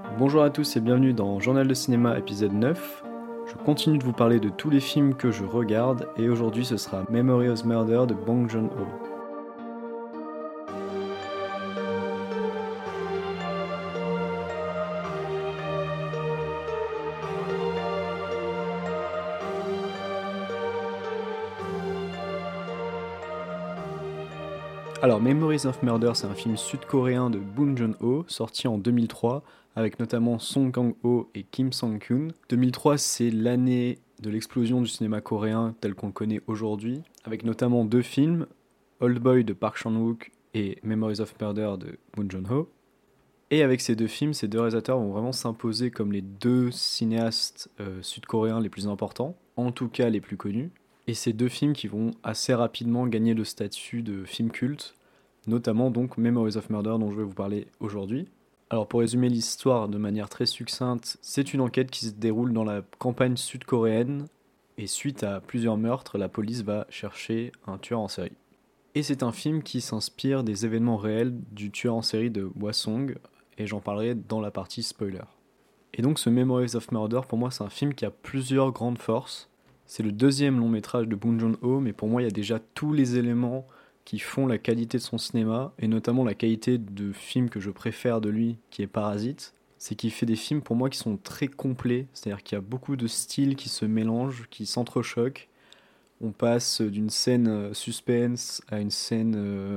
Bonjour à tous et bienvenue dans Journal de cinéma épisode 9. Je continue de vous parler de tous les films que je regarde et aujourd'hui ce sera Memory of Murder de Bong Joon-ho. Alors Memories of Murder c'est un film sud-coréen de Bong Joon-ho sorti en 2003 avec notamment Song Kang-ho et Kim Sang-kyun. 2003 c'est l'année de l'explosion du cinéma coréen tel qu'on le connaît aujourd'hui avec notamment deux films, Old Boy de Park Chan-wook et Memories of Murder de Bong Joon-ho. Et avec ces deux films, ces deux réalisateurs vont vraiment s'imposer comme les deux cinéastes sud-coréens les plus importants, en tout cas les plus connus. Et ces deux films qui vont assez rapidement gagner le statut de film culte, notamment donc Memories of Murder dont je vais vous parler aujourd'hui. Alors pour résumer l'histoire de manière très succincte, c'est une enquête qui se déroule dans la campagne sud-coréenne et suite à plusieurs meurtres, la police va chercher un tueur en série. Et c'est un film qui s'inspire des événements réels du tueur en série de Hwasong, et j'en parlerai dans la partie spoiler. Et donc ce Memories of Murder, pour moi, c'est un film qui a plusieurs grandes forces. C'est le deuxième long métrage de Bong Joon-ho, mais pour moi, il y a déjà tous les éléments qui font la qualité de son cinéma, et notamment la qualité de film que je préfère de lui, qui est Parasite. C'est qu'il fait des films pour moi qui sont très complets, c'est-à-dire qu'il y a beaucoup de styles qui se mélangent, qui s'entrechoquent. On passe d'une scène suspense à une scène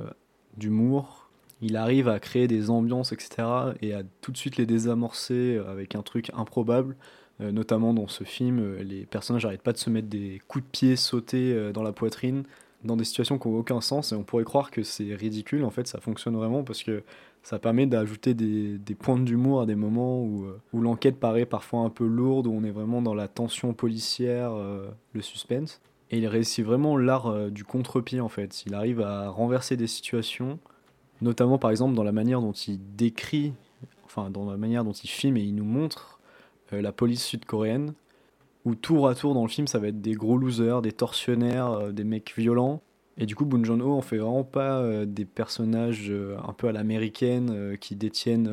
d'humour. Il arrive à créer des ambiances, etc. et à tout de suite les désamorcer avec un truc improbable. Notamment dans ce film, les personnages n'arrêtent pas de se mettre des coups de pied sautés dans la poitrine, dans des situations qui n'ont aucun sens, et on pourrait croire que c'est ridicule, en fait ça fonctionne vraiment parce que ça permet d'ajouter des pointes d'humour à des moments où l'enquête paraît parfois un peu lourde, où on est vraiment dans la tension policière, le suspense. Et il réussit vraiment l'art du contre-pied en fait. Il arrive à renverser des situations, notamment par exemple dans la manière dont il décrit, enfin dans la manière dont il filme et il nous montre la police sud-coréenne, où tour à tour dans le film ça va être des gros losers, des tortionnaires, des mecs violents. Et du coup Bong Joon-ho en fait vraiment pas des personnages un peu à l'américaine qui détiennent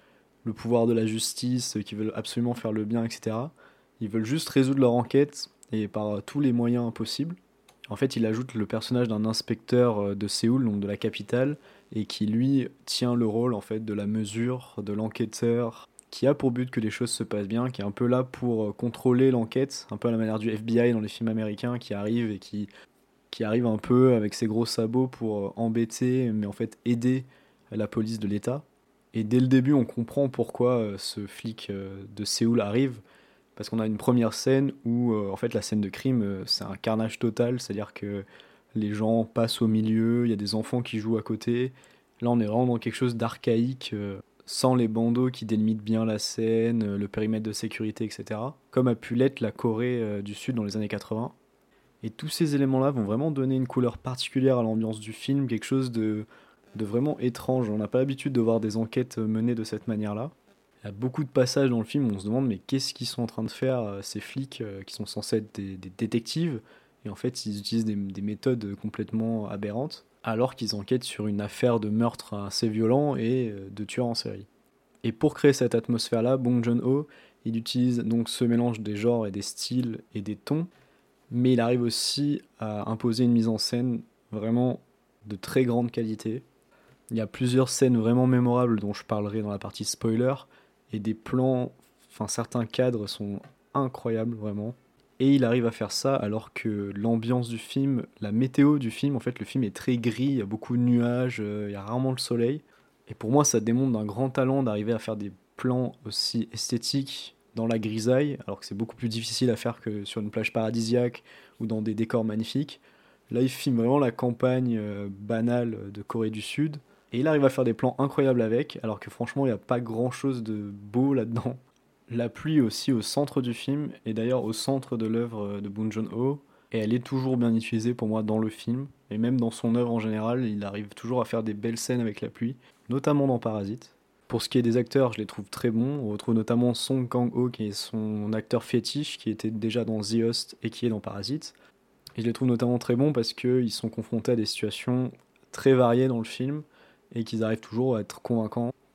le pouvoir de la justice, qui veulent absolument faire le bien, etc. Ils veulent juste résoudre leur enquête et par tous les moyens possibles. En fait, il ajoute le personnage d'un inspecteur de Séoul, donc de la capitale, et qui lui tient le rôle en fait de la mesure, de l'enquêteur, qui a pour but que les choses se passent bien, qui est un peu là pour contrôler l'enquête, un peu à la manière du FBI dans les films américains, qui arrive et qui arrive un peu avec ses gros sabots pour embêter, mais en fait aider la police de l'État. Et dès le début, on comprend pourquoi ce flic de Séoul arrive, parce qu'on a une première scène où, en fait, la scène de crime, c'est un carnage total, c'est-à-dire que les gens passent au milieu, il y a des enfants qui jouent à côté. Là, on est vraiment dans quelque chose d'archaïque, sans les bandeaux qui délimitent bien la scène, le périmètre de sécurité, etc. Comme a pu l'être la Corée du Sud dans les années 80. Et tous ces éléments-là vont vraiment donner une couleur particulière à l'ambiance du film, quelque chose de vraiment étrange. On n'a pas l'habitude de voir des enquêtes menées de cette manière-là. Il y a beaucoup de passages dans le film où on se demande mais qu'est-ce qu'ils sont en train de faire ces flics qui sont censés être des détectives et en fait ils utilisent des méthodes complètement aberrantes alors qu'ils enquêtent sur une affaire de meurtre assez violent et de tueurs en série. Et pour créer cette atmosphère-là, Bong Joon-ho, il utilise donc ce mélange des genres et des styles et des tons, mais il arrive aussi à imposer une mise en scène vraiment de très grande qualité. Il y a plusieurs scènes vraiment mémorables dont je parlerai dans la partie spoiler, et des plans, enfin certains cadres sont incroyables vraiment. Et il arrive à faire ça alors que l'ambiance du film, la météo du film, en fait le film est très gris, il y a beaucoup de nuages, il y a rarement le soleil. Et pour moi ça démontre d'un grand talent d'arriver à faire des plans aussi esthétiques dans la grisaille, alors que c'est beaucoup plus difficile à faire que sur une plage paradisiaque ou dans des décors magnifiques. Là il filme vraiment la campagne banale de Corée du Sud, et il arrive à faire des plans incroyables avec, alors que franchement, il n'y a pas grand chose de beau là-dedans. La pluie est aussi au centre du film, et d'ailleurs au centre de l'œuvre de Bong Joon-ho, et elle est toujours bien utilisée pour moi dans le film, et même dans son œuvre en général, il arrive toujours à faire des belles scènes avec la pluie, notamment dans Parasite. Pour ce qui est des acteurs, je les trouve très bons. On retrouve notamment Song Kang-ho, qui est son acteur fétiche, qui était déjà dans The Host et qui est dans Parasite. Et je les trouve notamment très bons parce qu'ils sont confrontés à des situations très variées dans le film, et qu'ils arrivent toujours à être convaincants.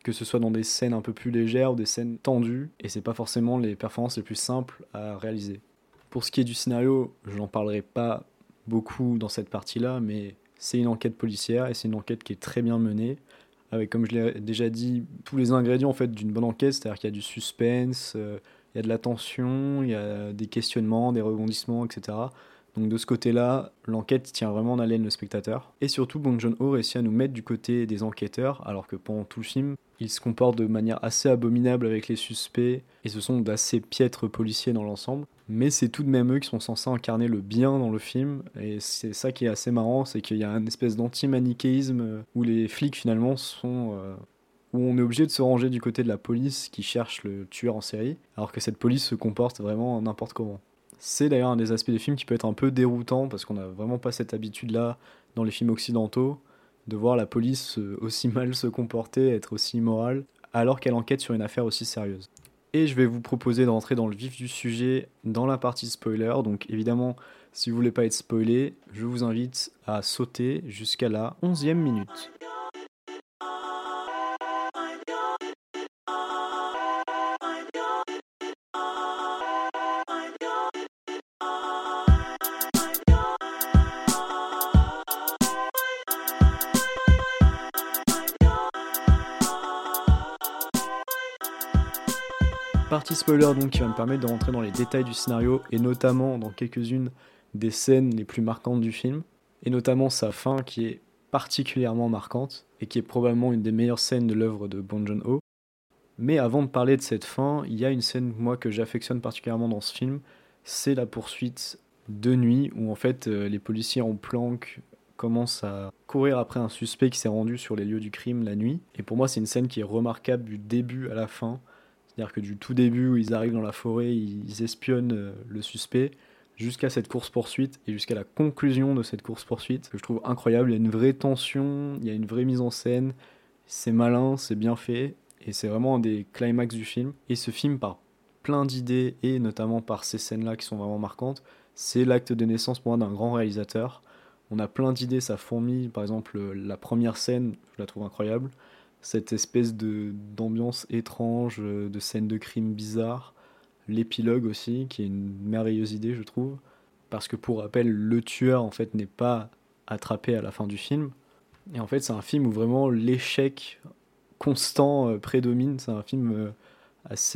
que ce soit dans des scènes un peu plus légères ou des scènes tendues, et c'est pas forcément les performances les plus simples à réaliser. Pour ce qui est du scénario, je n'en parlerai pas beaucoup dans cette partie-là, mais c'est une enquête policière et c'est une enquête qui est très bien menée, avec, comme je l'ai déjà dit, tous les ingrédients en fait d'une bonne enquête, c'est-à-dire qu'il y a du suspense, il y a de la tension, il y a des questionnements, des rebondissements, etc. Donc de ce côté-là, l'enquête tient vraiment en haleine le spectateur. Et surtout, Bong Joon-ho réussit à nous mettre du côté des enquêteurs, alors que pendant tout le film, il se comporte de manière assez abominable avec les suspects, et ce sont d'assez piètres policiers dans l'ensemble. Mais c'est tout de même eux qui sont censés incarner le bien dans le film, et c'est ça qui est assez marrant, c'est qu'il y a une espèce d'anti-manichéisme où les flics finalement sont... où on est obligé de se ranger du côté de la police qui cherche le tueur en série, alors que cette police se comporte vraiment n'importe comment. C'est d'ailleurs un des aspects du film qui peut être un peu déroutant, parce qu'on n'a vraiment pas cette habitude-là dans les films occidentaux, de voir la police aussi mal se comporter, être aussi immorale, alors qu'elle enquête sur une affaire aussi sérieuse. Et je vais vous proposer d'entrer dans le vif du sujet dans la partie spoiler, donc évidemment, si vous voulez pas être spoilé, je vous invite à sauter jusqu'à la 11e minute. Partie spoiler donc qui va me permettre de rentrer dans les détails du scénario et notamment dans quelques-unes des scènes les plus marquantes du film, et notamment sa fin qui est particulièrement marquante et qui est probablement une des meilleures scènes de l'œuvre de Bong Joon-ho. Mais avant de parler de cette fin, il y a une scène moi que j'affectionne particulièrement dans ce film, c'est la poursuite de nuit où en fait les policiers en planque commencent à courir après un suspect qui s'est rendu sur les lieux du crime la nuit. Et pour moi c'est une scène qui est remarquable du début à la fin. C'est-à-dire que du tout début où ils arrivent dans la forêt, ils espionnent le suspect, jusqu'à cette course-poursuite et jusqu'à la conclusion de cette course-poursuite, que je trouve incroyable. Il y a une vraie tension, il y a une vraie mise en scène, c'est malin, c'est bien fait, et c'est vraiment un des climax du film. Et ce film, par plein d'idées, et notamment par ces scènes-là qui sont vraiment marquantes, c'est l'acte de naissance pour moi d'un grand réalisateur. On a plein d'idées, ça fourmille. Par exemple, la première scène, je la trouve incroyable, cette espèce d'ambiance étrange, de scènes de crime bizarres. L'épilogue aussi, qui est une merveilleuse idée, je trouve. Parce que pour rappel, le tueur, en fait, n'est pas attrapé à la fin du film. Et en fait, c'est un film où vraiment l'échec constant prédomine. C'est un film assez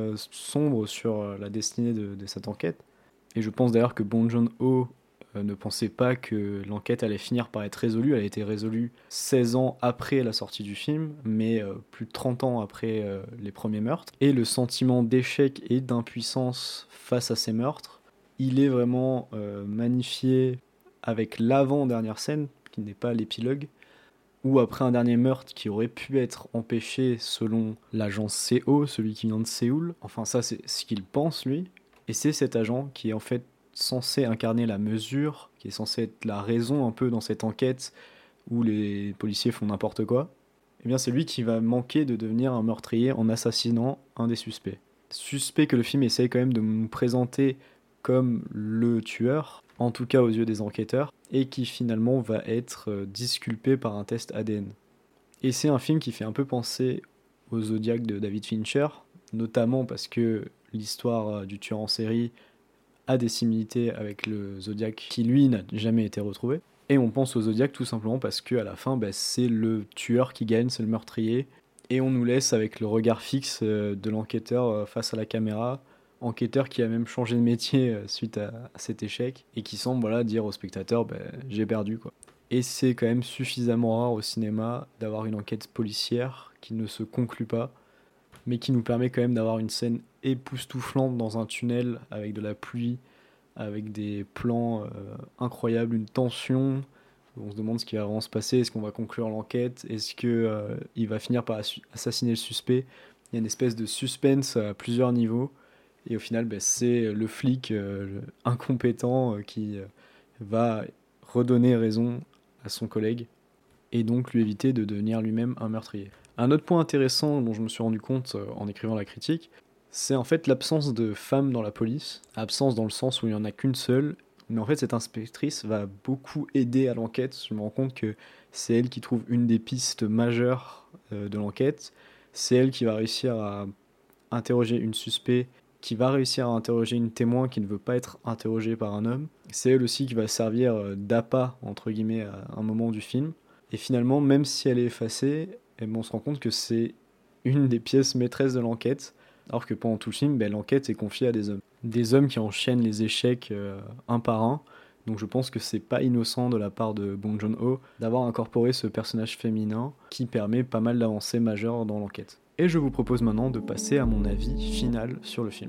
sombre sur la destinée de cette enquête. Et je pense d'ailleurs que Bong Joon-ho ne pensait pas que l'enquête allait finir par être résolue. Elle a été résolue 16 ans après la sortie du film, mais plus de 30 ans après les premiers meurtres. Et le sentiment d'échec et d'impuissance face à ces meurtres, il est vraiment magnifié avec l'avant-dernière scène, qui n'est pas l'épilogue, où après un dernier meurtre qui aurait pu être empêché selon l'agent CO, celui qui vient de Séoul, enfin ça c'est ce qu'il pense lui, et c'est cet agent qui est en fait censé incarner la mesure, qui est censé être la raison un peu dans cette enquête où les policiers font n'importe quoi, eh bien c'est lui qui va manquer de devenir un meurtrier en assassinant un des suspects. Suspect que le film essaye quand même de nous présenter comme le tueur, en tout cas aux yeux des enquêteurs, et qui finalement va être disculpé par un test ADN. Et c'est un film qui fait un peu penser au Zodiac de David Fincher, notamment parce que l'histoire du tueur en série a des similitudes avec le Zodiac qui lui n'a jamais été retrouvé. Et on pense au Zodiac tout simplement parce qu'à la fin, c'est le tueur qui gagne, c'est le meurtrier. Et on nous laisse avec le regard fixe de l'enquêteur face à la caméra, enquêteur qui a même changé de métier suite à cet échec, et qui semble dire au spectateur, j'ai perdu quoi. Et c'est quand même suffisamment rare au cinéma d'avoir une enquête policière qui ne se conclut pas, mais qui nous permet quand même d'avoir une scène époustouflante dans un tunnel avec de la pluie, avec des plans incroyables, une tension. On se demande ce qui va vraiment se passer, est-ce qu'on va conclure l'enquête, est-ce que il va finir par assassiner le suspect. Il y a une espèce de suspense à plusieurs niveaux, et au final c'est le flic incompétent qui va redonner raison à son collègue, et donc lui éviter de devenir lui-même un meurtrier. Un autre point intéressant dont je me suis rendu compte en écrivant la critique, c'est en fait l'absence de femmes dans la police. Absence dans le sens où il n'y en a qu'une seule, mais en fait cette inspectrice va beaucoup aider à l'enquête. Je me rends compte que c'est elle qui trouve une des pistes majeures de l'enquête. C'est elle qui va réussir à interroger une suspect, qui va réussir à interroger une témoin qui ne veut pas être interrogée par un homme. C'est elle aussi qui va servir d'appât, entre guillemets, à un moment du film. Et finalement, même si elle est effacée, on se rend compte que c'est une des pièces maîtresses de l'enquête, alors que pendant tout le film, l'enquête est confiée à des hommes. Des hommes qui enchaînent les échecs un par un. Donc je pense que c'est pas innocent de la part de Bong Joon-ho d'avoir incorporé ce personnage féminin qui permet pas mal d'avancées majeures dans l'enquête. Et je vous propose maintenant de passer à mon avis final sur le film.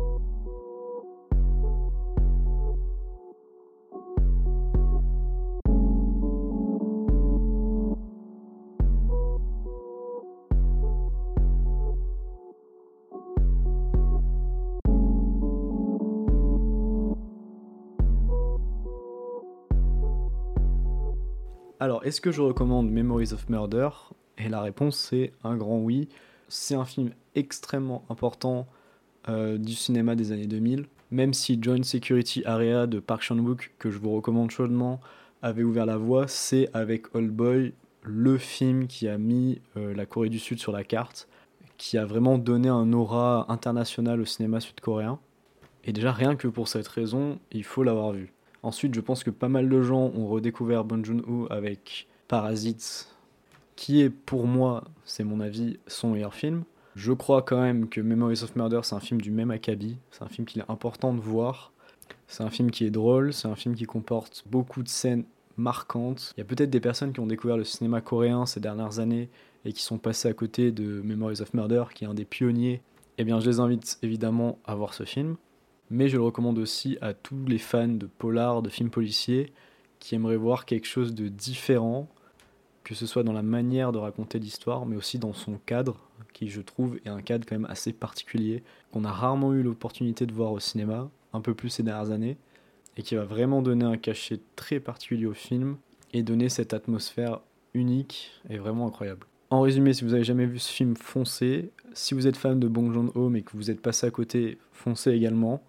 Alors, est-ce que je recommande Memories of Murder ? Et la réponse c'est un grand oui. C'est un film extrêmement important du cinéma des années 2000. Même si Joint Security Area de Park Chan-wook, que je vous recommande chaudement, avait ouvert la voie, c'est avec Old Boy le film qui a mis la Corée du Sud sur la carte, qui a vraiment donné un aura international au cinéma sud-coréen. Et déjà, rien que pour cette raison, il faut l'avoir vu. Ensuite, je pense que pas mal de gens ont redécouvert Bong Joon-ho avec Parasite, qui est pour moi, c'est mon avis, son meilleur film. Je crois quand même que Memories of Murder, c'est un film du même acabit. C'est un film qu'il est important de voir. C'est un film qui est drôle, c'est un film qui comporte beaucoup de scènes marquantes. Il y a peut-être des personnes qui ont découvert le cinéma coréen ces dernières années et qui sont passées à côté de Memories of Murder, qui est un des pionniers. Eh bien, je les invite évidemment à voir ce film. Mais je le recommande aussi à tous les fans de polar, de films policiers, qui aimeraient voir quelque chose de différent, que ce soit dans la manière de raconter l'histoire, mais aussi dans son cadre, qui je trouve est un cadre quand même assez particulier, qu'on a rarement eu l'opportunité de voir au cinéma, un peu plus ces dernières années, et qui va vraiment donner un cachet très particulier au film, et donner cette atmosphère unique et vraiment incroyable. En résumé, si vous n'avez jamais vu ce film, foncez. Si vous êtes fan de Bong Joon-ho, mais que vous êtes passé à côté, foncez également.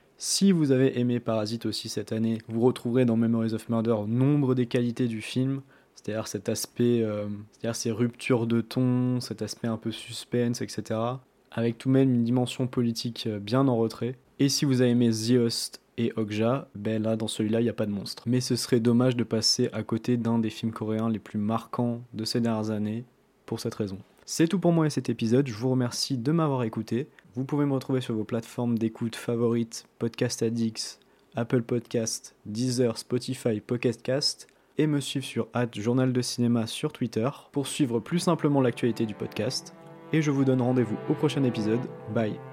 Si vous avez aimé Parasite aussi cette année, vous retrouverez dans Memories of Murder nombre des qualités du film, c'est-à-dire cet aspect, c'est-à-dire ces ruptures de ton, cet aspect un peu suspense, etc. Avec tout de même une dimension politique bien en retrait. Et si vous avez aimé The Host et Okja, là dans celui-là il n'y a pas de monstre. Mais ce serait dommage de passer à côté d'un des films coréens les plus marquants de ces dernières années pour cette raison. C'est tout pour moi et cet épisode, je vous remercie de m'avoir écouté. Vous pouvez me retrouver sur vos plateformes d'écoute favorites, Podcast Addicts, Apple Podcast, Deezer, Spotify, Pocket Cast, et me suivre sur @journal de cinéma sur Twitter pour suivre plus simplement l'actualité du podcast. Et je vous donne rendez-vous au prochain épisode. Bye.